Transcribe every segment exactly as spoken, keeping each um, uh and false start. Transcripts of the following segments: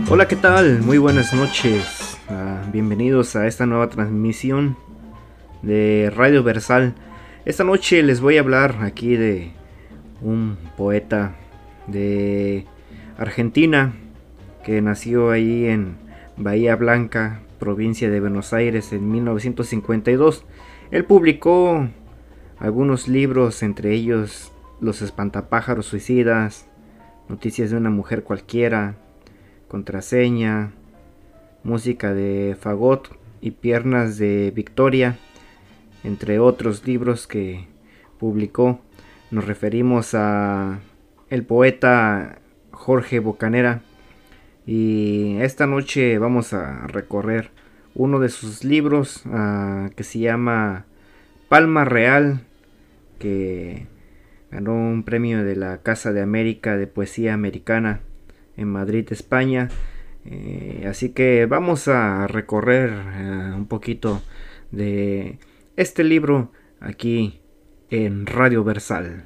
Hola, ¿qué tal? Muy buenas noches. Uh, bienvenidos a esta nueva transmisión de Radio Versal. Esta noche les voy a hablar aquí de un poeta de Argentina que nació ahí en Bahía Blanca, provincia de Buenos Aires, en mil novecientos cincuenta y dos. Él publicó algunos libros, entre ellos Los espantapájaros suicidas, Noticias de una mujer cualquiera, Contraseña, Música de Fagot y Piernas de Victoria, entre otros libros que publicó. Nos referimos a el poeta Jorge Bocanera, y esta noche vamos a recorrer uno de sus libros uh, que se llama Palma Real, que ganó un premio de la Casa de América de Poesía Americana en Madrid, España. Eh, así que vamos a recorrer uh, un poquito de este libro aquí en Radio Versal.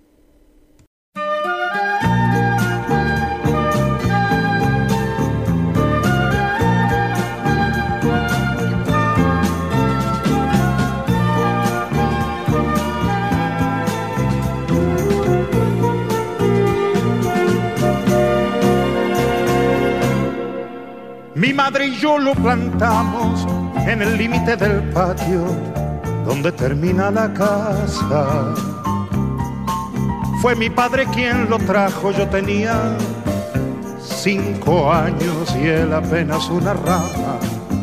Mi madre y yo lo plantamos en el límite del patio donde termina la casa. Fue mi padre quien lo trajo, yo tenía cinco años y él apenas una rama.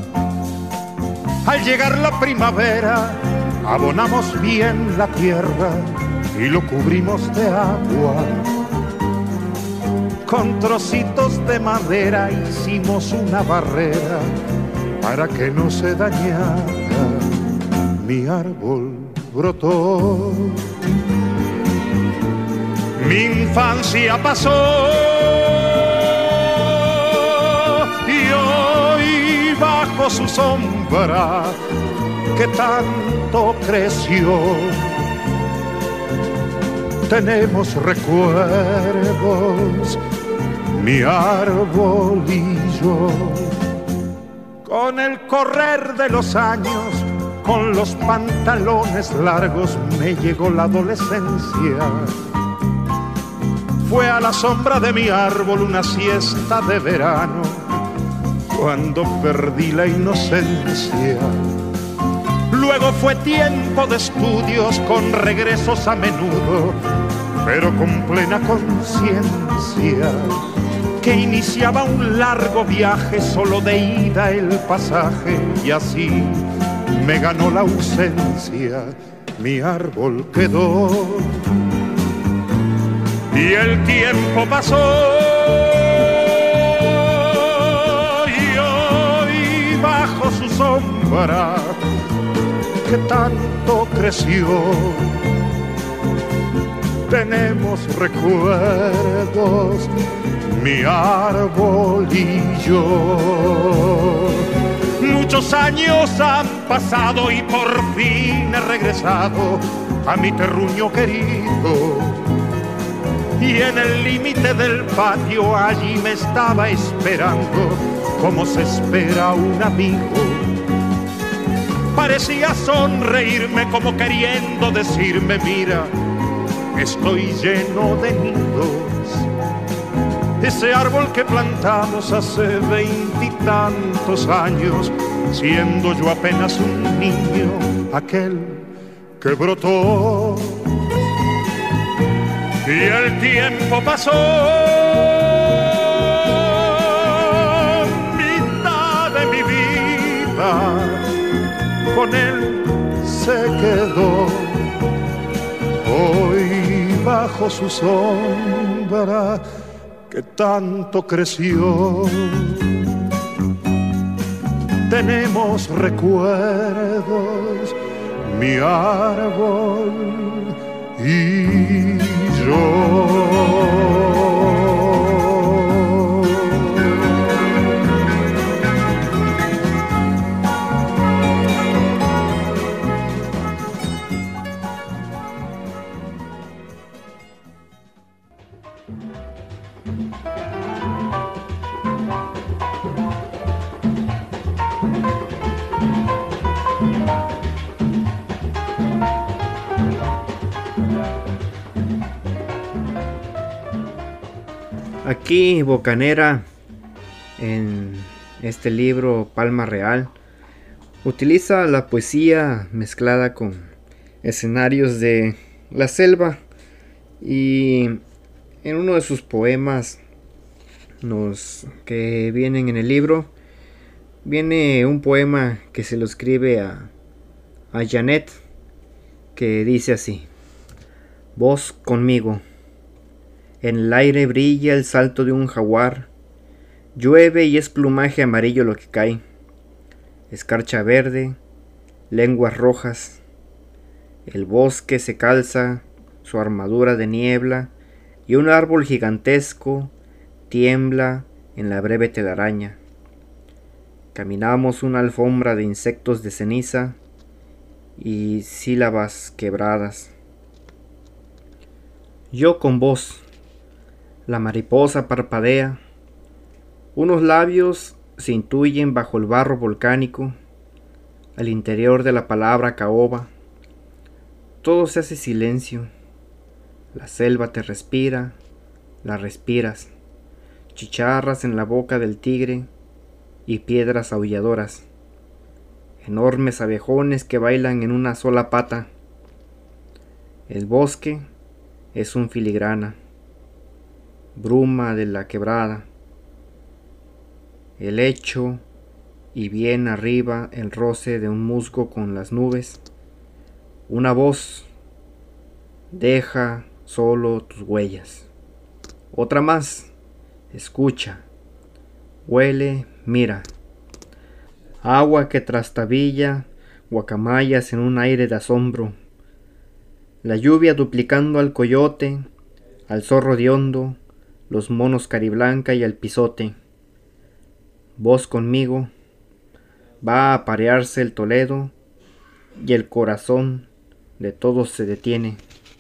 Al llegar la primavera abonamos bien la tierra y lo cubrimos de agua. Con trocitos de madera hicimos una barrera para que no se dañara. Mi árbol brotó, mi infancia pasó y hoy bajo su sombra que tanto creció tenemos recuerdos, mi árbol y yo. Con el correr de los años, con los pantalones largos, me llegó la adolescencia. Fue a la sombra de mi árbol una siesta de verano, cuando perdí la inocencia. Luego fue tiempo de estudios con regresos a menudo, pero con plena conciencia que iniciaba un largo viaje, solo de ida el pasaje, y así me ganó la ausencia. Mi árbol quedó y el tiempo pasó y hoy bajo su sombra que tanto creció tenemos recuerdos, mi árbol y yo. Muchos años han pasado y por fin he regresado a mi terruño querido, y en el límite del patio allí me estaba esperando como se espera un amigo. Parecía sonreírme como queriendo decirme: mira, estoy lleno de nidos. Ese árbol que plantamos hace veintitantos años, siendo yo apenas un niño, aquel que brotó. Y el tiempo pasó, mitad de mi vida con él se quedó. Hoy bajo su sombra que tanto creció tenemos recuerdos, mi árbol y yo. Aquí Bocanera, en este libro Palma Real, utiliza la poesía mezclada con escenarios de la selva, y en uno de sus poemas nos, que vienen en el libro, viene un poema que se lo escribe a, a Janet, que dice así: Vos conmigo. En el aire brilla el salto de un jaguar, llueve y es plumaje amarillo lo que cae, escarcha verde, lenguas rojas, el bosque se calza su armadura de niebla y un árbol gigantesco tiembla en la breve telaraña. Caminamos una alfombra de insectos de ceniza y sílabas quebradas. Yo con vos. La mariposa parpadea, unos labios se intuyen bajo el barro volcánico, al interior de la palabra caoba. Todo se hace silencio, la selva te respira, la respiras, chicharras en la boca del tigre y piedras aulladoras, enormes abejones que bailan en una sola pata. El bosque es un filigrana, bruma de la quebrada, el lecho y bien arriba el roce de un musgo con las nubes. Una voz: deja solo tus huellas. Otra más: escucha, huele, mira. Agua que trastabilla guacamayas en un aire de asombro. La lluvia duplicando al coyote, al zorro hediondo, los monos cariblanca y al pisote. Vos conmigo. Va a aparearse el Toledo y el corazón de todos se detiene.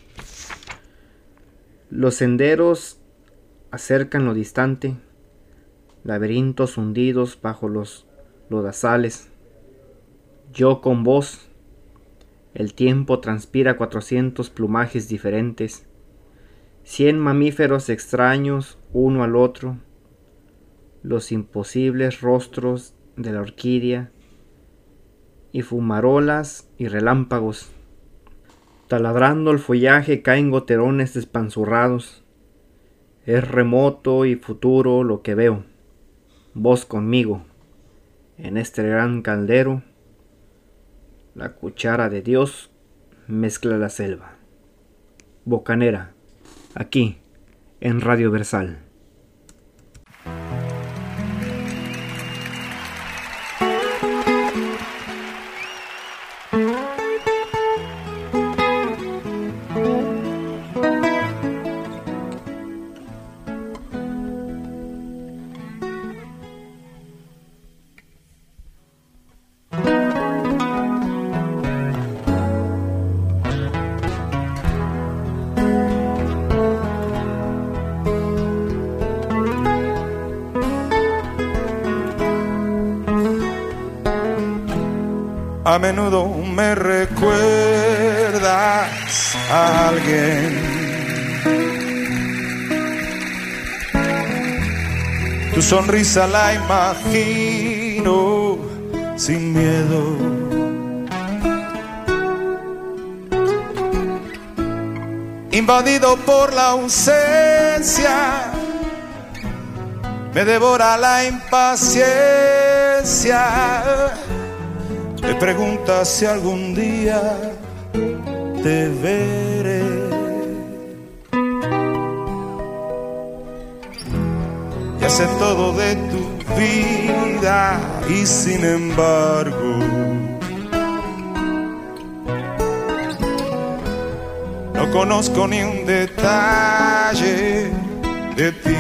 Los senderos acercan lo distante, laberintos hundidos bajo los lodazales. Yo con vos. El tiempo transpira cuatrocientos plumajes diferentes, cien mamíferos extraños uno al otro, los imposibles rostros de la orquídea, y fumarolas y relámpagos. Taladrando el follaje caen goterones despanzurrados. Es remoto y futuro lo que veo. Vos conmigo, en este gran caldero, la cuchara de Dios mezcla la selva. Bocanera, aquí, en Radio Versal. A menudo me recuerdas a alguien. Tu sonrisa la imagino sin miedo. Invadido por la ausencia, me devora la impaciencia. Me preguntas si algún día te veré. Ya sé todo de tu vida y sin embargo no conozco ni un detalle de ti.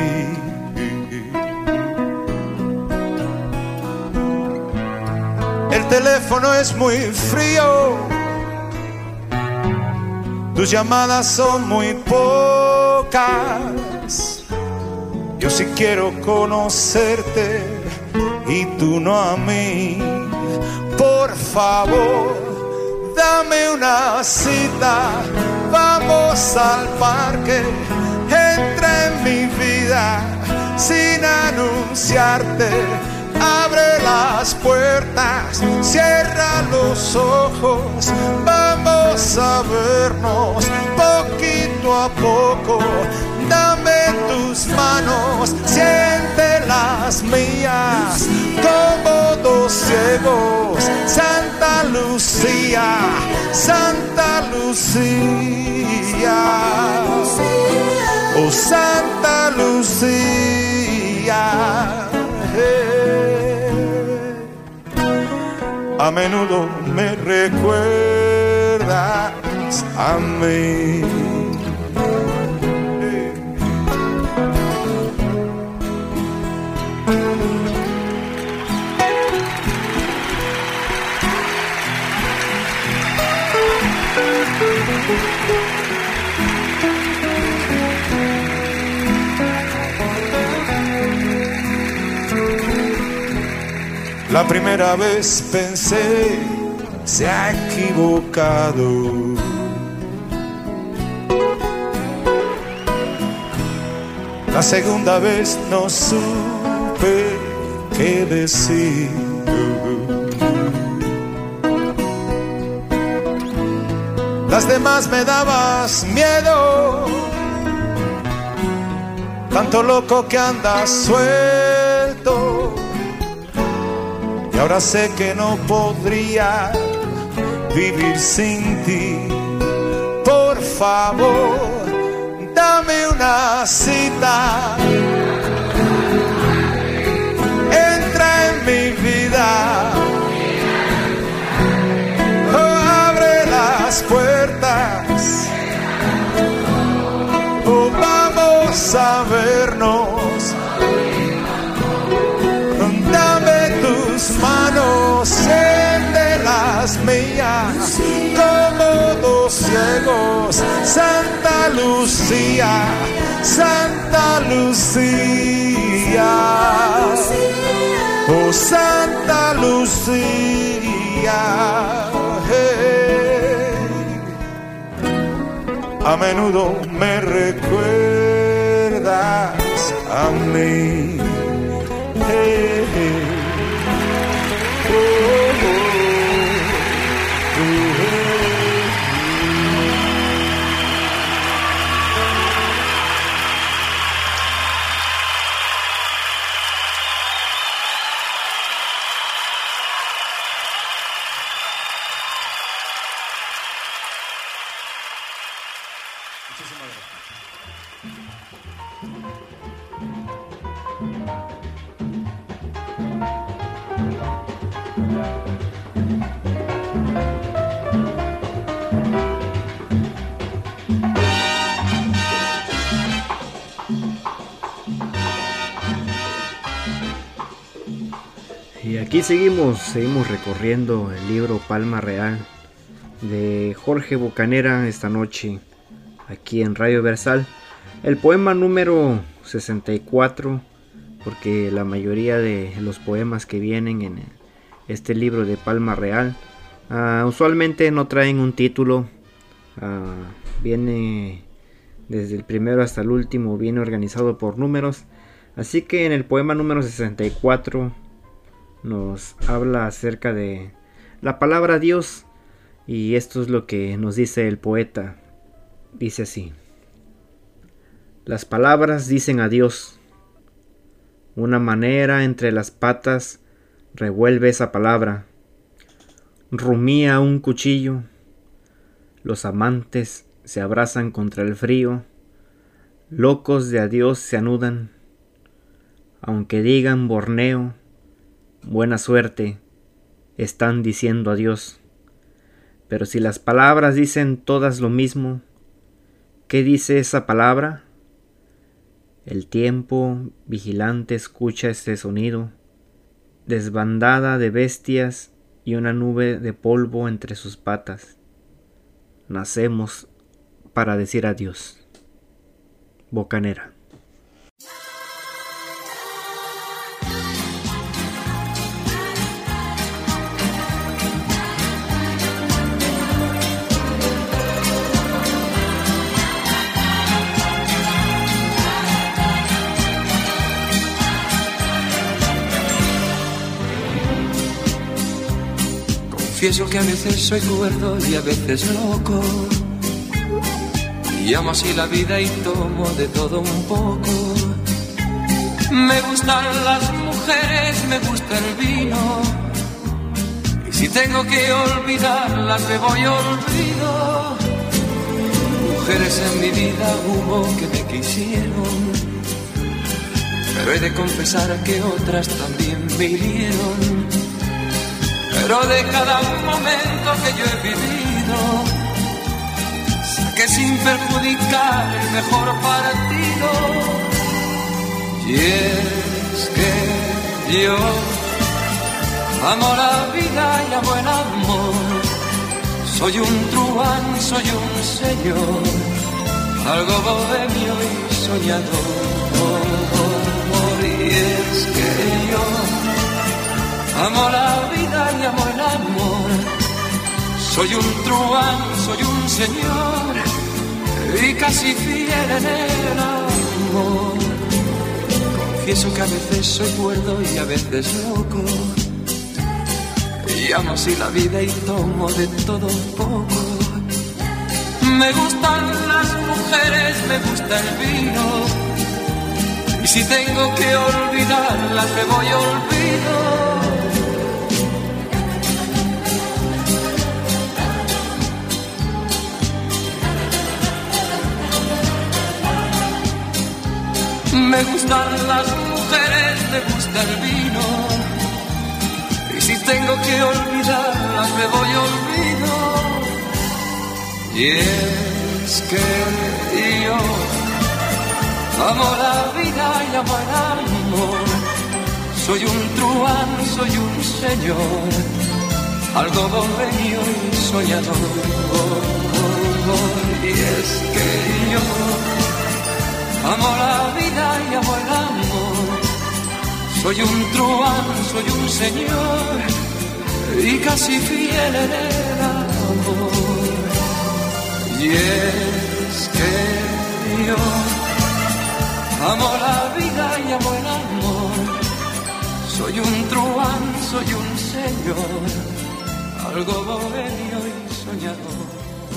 El teléfono es muy frío, tus llamadas son muy pocas. Yo sí quiero conocerte y tú no a mí. Por favor, dame una cita, vamos al parque, entra en mi vida sin anunciarte. Abre las puertas, cierra los ojos, vamos a vernos poquito a poco. Dame tus manos, siente las mías, como dos ciegos. Santa Lucía, Santa Lucía, oh Santa Lucía. A menudo me recuerdas a mí. La primera vez pensé, se ha equivocado. La segunda vez no supe qué decir. Las demás me dabas miedo, tanto loco que andas suelto. Y ahora sé que no podría vivir sin ti. Por favor, dame una cita. Entra en mi vida. Oh, abre las puertas. Oh, vamos a vernos. Manos, siente las mías, como dos ciegos. Santa Lucía, Santa Lucía, oh Santa Lucía. Hey. A menudo me recuerdas a mí. Hey, hey. Y aquí seguimos, seguimos recorriendo el libro Palma Real de Jorge Bocanera esta noche aquí en Radio Versal. El poema número sesenta y cuatro, porque la mayoría de los poemas que vienen en este libro de Palma Real uh, usualmente no traen un título, uh, viene desde el primero hasta el último, viene organizado por números. Así que en el poema número sesenta y cuatro nos habla acerca de la palabra Dios, y esto es lo que nos dice el poeta. Dice así: las palabras dicen a Dios, una manera entre las patas revuelve esa palabra, rumía un cuchillo, los amantes se abrazan contra el frío, locos de adiós se anudan, aunque digan Borneo, buena suerte, están diciendo adiós. Pero si las palabras dicen todas lo mismo, ¿qué dice esa palabra? El tiempo vigilante escucha este sonido, desbandada de bestias y una nube de polvo entre sus patas. Nacemos para decir adiós. Bocanera. Confieso que a veces soy cuerdo y a veces loco, y amo así la vida y tomo de todo un poco. Me gustan las mujeres, me gusta el vino, y si tengo que olvidarlas me voy olvido. Mujeres en mi vida hubo que me quisieron, pero he de confesar que otras también me hirieron. Pero de cada momento que yo he vivido, saqué sin perjudicar el mejor partido. Y es que yo amo la vida y amo el amor. Soy un truán, soy un señor, algo bohemio y soñador. Y es que yo amo la vida y amo el amor. Soy un truán, soy un señor y casi fiel en el amor. Confieso que a veces soy cuerdo y a veces loco, y amo así la vida y tomo de todo un poco. Me gustan las mujeres, me gusta el vino, y si tengo que olvidarlas me voy olvido. Me gustan las mujeres, me gusta el vino, y si tengo que olvidarlas me voy olvido. Y es que yo amo la vida y amo el amor. Soy un truán, soy un señor, algo bohemio y soñador. Y es que yo amo la vida y amo el amor. Soy un truán, soy un señor y casi fiel en el amor. Y es que yo amo la vida y amo el amor. Soy un truán, soy un señor, algo bohemio y soñador.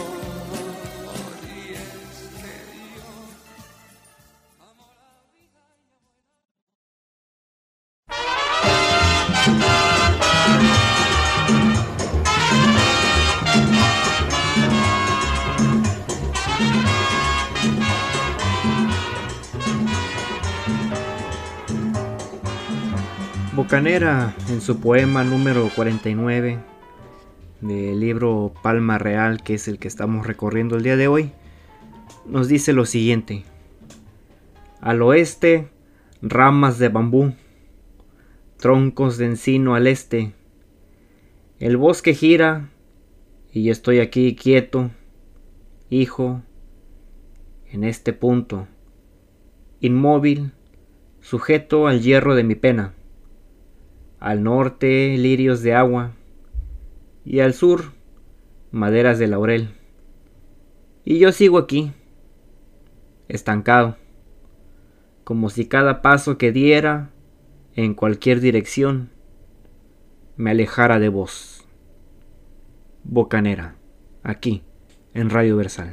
Bocanera, en su poema número cuarenta y nueve del libro Palma Real, que es el que estamos recorriendo el día de hoy, nos dice lo siguiente: al oeste, ramas de bambú, troncos de encino al este, el bosque gira y estoy aquí quieto, hijo, en este punto, inmóvil, sujeto al hierro de mi pena. Al norte, lirios de agua, y al sur, maderas de laurel. Y yo sigo aquí, estancado, como si cada paso que diera en cualquier dirección me alejara de vos. Bocanera, aquí, en Radio Versal.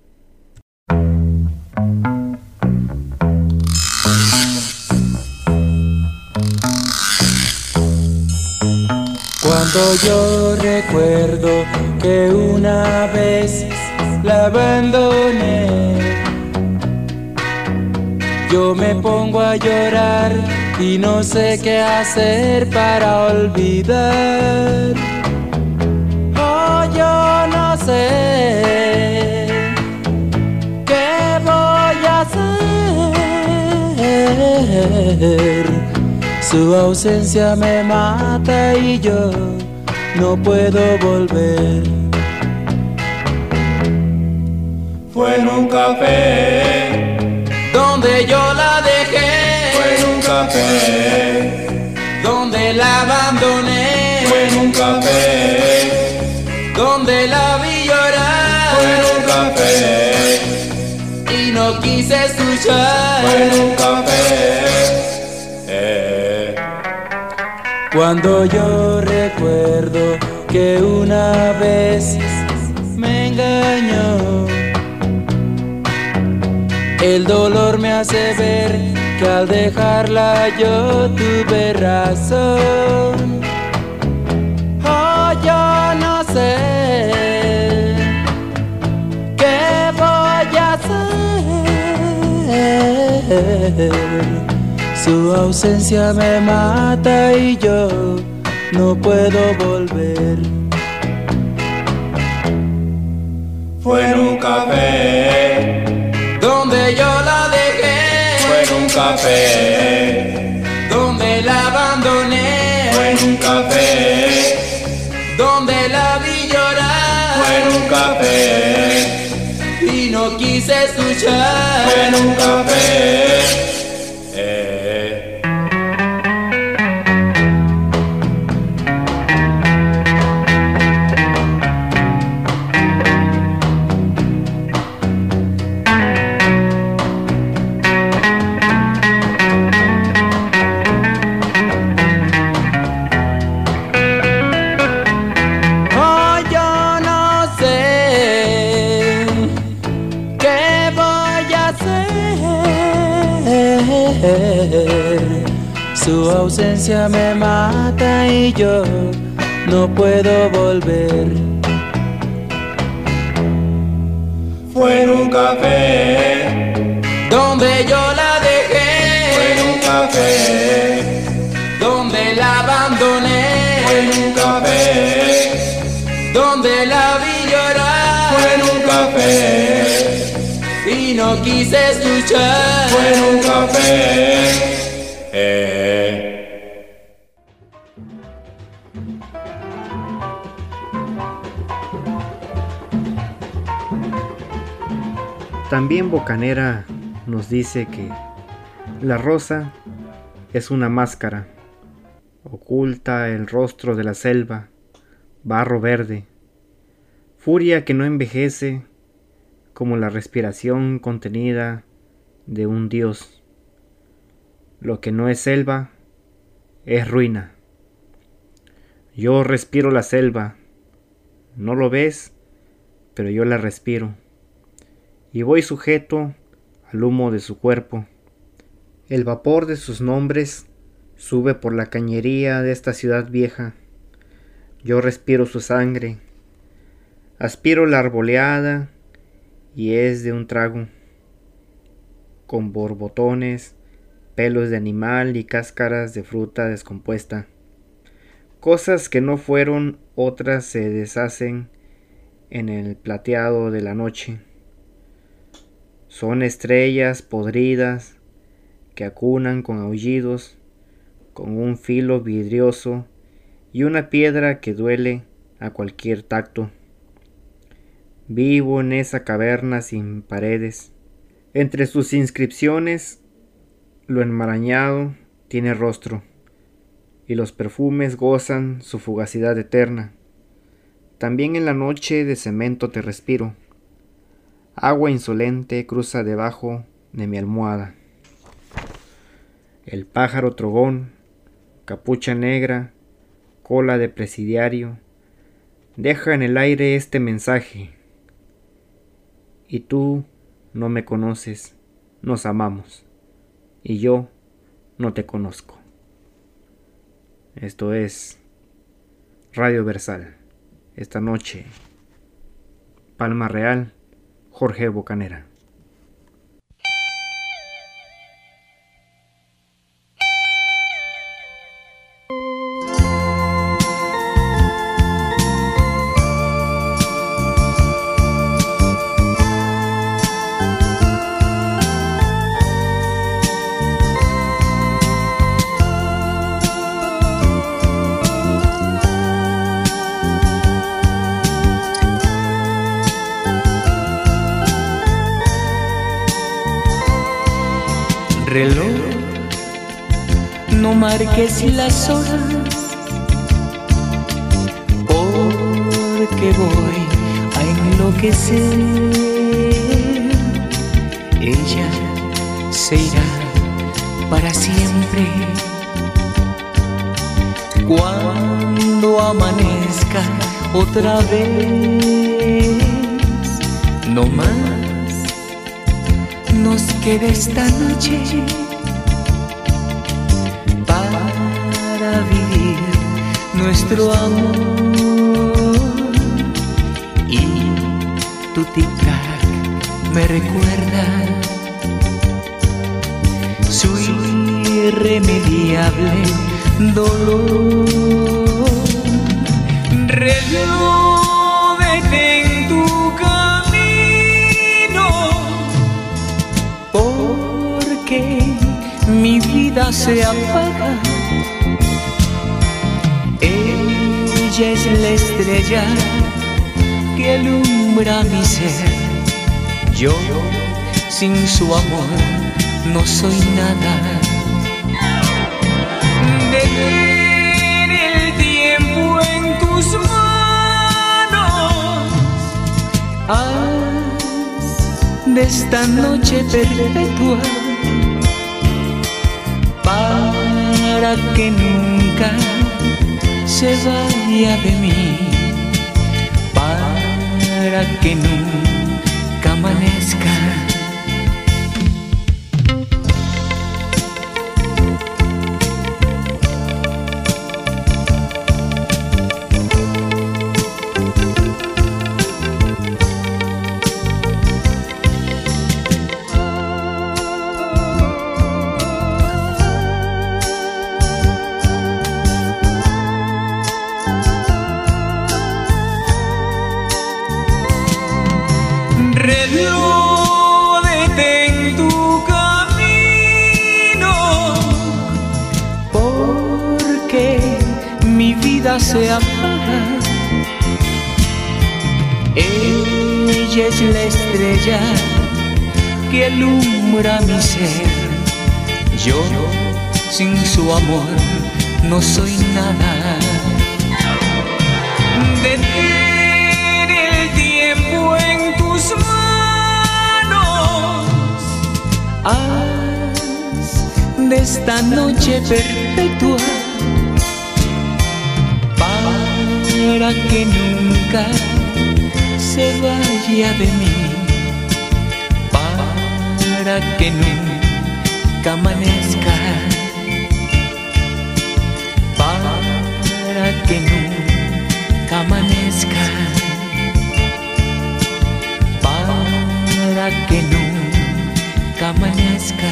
Cuando yo recuerdo que una vez la abandoné, yo me pongo a llorar y no sé qué hacer para olvidar. Oh, yo no sé qué voy a hacer. Su ausencia me mata y yo no puedo volver. Fue en un café donde yo la dejé. Fue en un café donde la abandoné. Fue en un café donde la vi llorar. Fue en un café y no quise escuchar. Fue en un café. Cuando yo recuerdo que una vez me engañó. El dolor me hace ver que al dejarla yo tuve razón. Oh, yo no sé qué voy a hacer. Su ausencia me mata y yo no puedo volver. Fue en un café donde yo la dejé. Fue en un café donde la abandoné. Fue en un café donde la vi llorar. Fue en un café y no quise escuchar. Fue en un café eh. Su ausencia me mata y yo no puedo volver. Fue en un café donde yo la dejé. Fue en un café donde la abandoné. Fue en un café donde la vi llorar. Fue en un café y no quise escuchar. Fue en un café eh. También Bocanera nos dice que la rosa es una máscara, oculta el rostro de la selva, barro verde, furia que no envejece, como la respiración contenida de un dios. Lo que no es selva es ruina. Yo respiro la selva, no lo ves, pero yo la respiro. Y voy sujeto al humo de su cuerpo. El vapor de sus nombres sube por la cañería de esta ciudad vieja. Yo respiro su sangre, aspiro la arboleada y es de un trago, con borbotones, pelos de animal y cáscaras de fruta descompuesta. Cosas que no fueron, otras se deshacen en el plateado de la noche. Son estrellas podridas que acunan con aullidos, con un filo vidrioso y una piedra que duele a cualquier tacto. Vivo en esa caverna sin paredes. Entre sus inscripciones, lo enmarañado tiene rostro, y los perfumes gozan su fugacidad eterna. También en la noche de cemento te respiro. Agua insolente cruza debajo de mi almohada. El pájaro trogón, capucha negra, cola de presidiario, deja en el aire este mensaje. Y tú no me conoces, nos amamos, y yo no te conozco. Esto es Radio Versal. Esta noche, Palma Real, Jorge Bocanera. Reloj, no marques las horas, porque voy a enloquecer. Ella se irá para siempre. Cuando amanezca otra vez, no más nos queda esta noche para vivir nuestro amor. Y tu tic-tac me recuerda su irremediable dolor. Reloj, detén tu camino, porque mi vida se apaga. Ella es la estrella que alumbra mi ser. Yo, sin su amor, no soy nada. Detén el tiempo en tus manos, haz de esta noche perpetua, para que nunca se vaya de mí, para que nunca amanezca. Reloj, detén tu camino, porque mi vida se apaga. Ella es la estrella que alumbra mi ser. Yo, sin su amor, no soy nada. Detén el tiempo en tus manos, haz de esta noche perpetua, para que nunca se vaya de mí, para que nunca amanezca, para que nunca amanezca, para que nunca amanezca,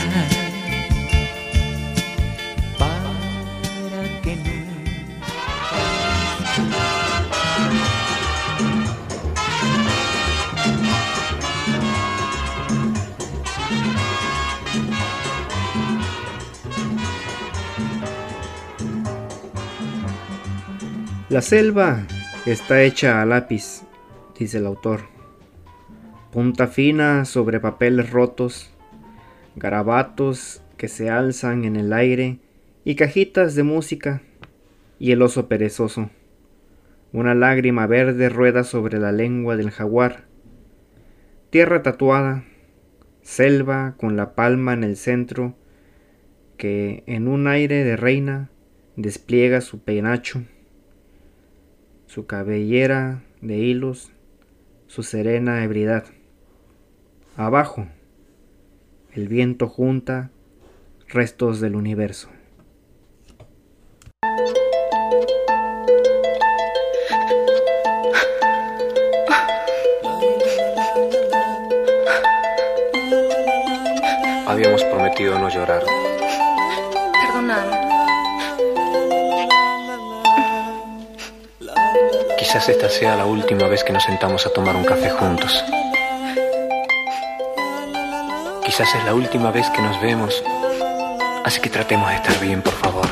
para que nunca. La selva está hecha a lápiz, dice el autor. Punta fina sobre papeles rotos, garabatos que se alzan en el aire y cajitas de música, y el oso perezoso. Una lágrima verde rueda sobre la lengua del jaguar. Tierra tatuada, selva con la palma en el centro, que en un aire de reina despliega su penacho, su cabellera de hilos, su serena ebriedad. Abajo, el viento junta restos del universo. Habíamos prometido no llorar. Perdóname. Quizás esta sea la última vez que nos sentamos a tomar un café juntos. Quizás es la última vez que nos vemos, así que tratemos de estar bien, por favor.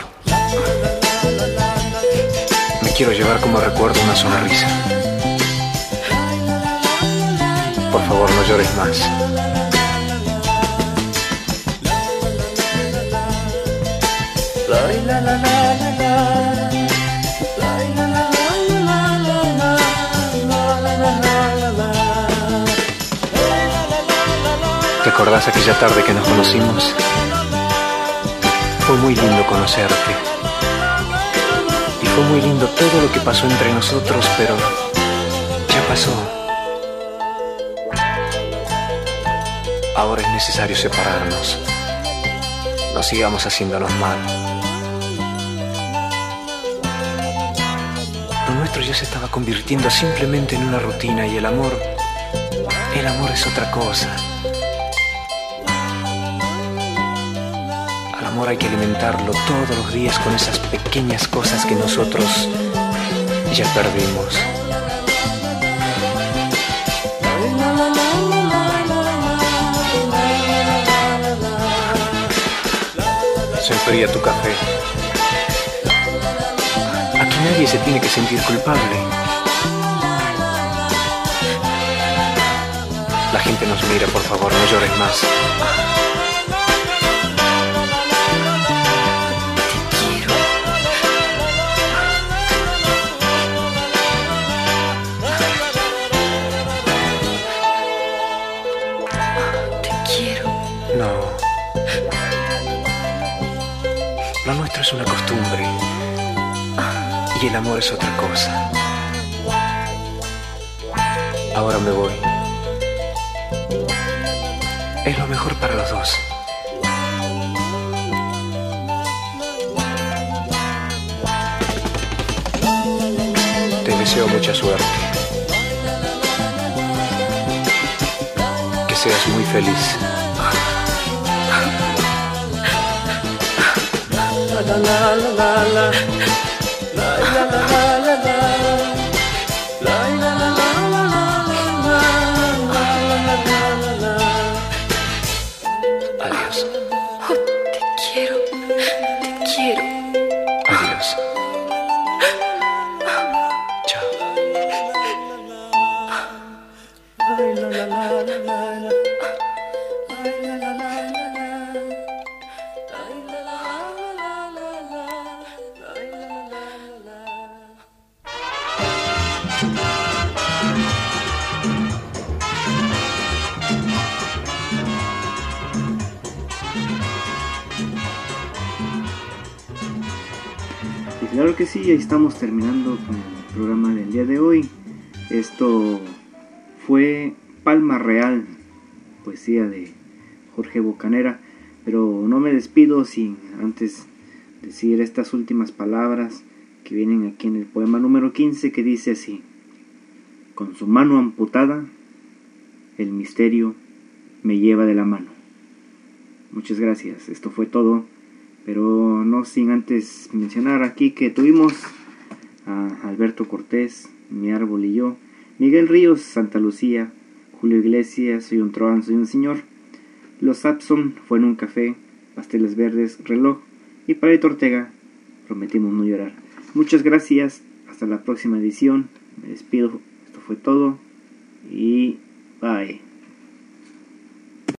Me quiero llevar como recuerdo una sonrisa. Por favor, no llores más. La, la, la, la, la. ¿Te acordás aquella tarde que nos conocimos? Fue muy lindo conocerte. Fue muy lindo todo lo que pasó entre nosotros, pero ya pasó. Ahora es necesario separarnos. No sigamos haciéndonos mal. Lo nuestro ya se estaba convirtiendo simplemente en una rutina y el amor, el amor es otra cosa. Al amor hay que alimentarlo todos los días con esas pequeñas cosas que nosotros ya perdimos. Se enfría tu café. Aquí nadie se tiene que sentir culpable. La gente nos mira, por favor, no llores más. Te quiero. No. Lo nuestro es una costumbre. Y el amor es otra cosa. Ahora me voy. Es lo mejor para los dos. Te deseo mucha suerte. Que seas muy feliz. La la la la la. La la la la la la. La la la la la la. La la la la la. Adiós. Oh, te quiero. Te quiero. Adiós. Chao. La la la la la. La la la la la. Y claro que sí, ahí estamos terminando con el programa del día de hoy. Esto fue Palma Real, poesía de Jorge Bocanera. Pero no me despido sin antes decir estas últimas palabras que vienen aquí en el poema número quince, que dice así: con su mano amputada, el misterio me lleva de la mano. Muchas gracias, esto fue todo, pero no sin antes mencionar aquí que tuvimos a Alberto Cortés, Mi Árbol y Yo, Miguel Ríos, Santa Lucía, Julio Iglesias, Soy un Trován, Soy un Señor, Los Sapson, Fue en un Café, Pasteles Verdes, Reloj y Palito Ortega, Prometimos no llorar. Muchas gracias, hasta la próxima edición, me despido, esto fue todo y bye.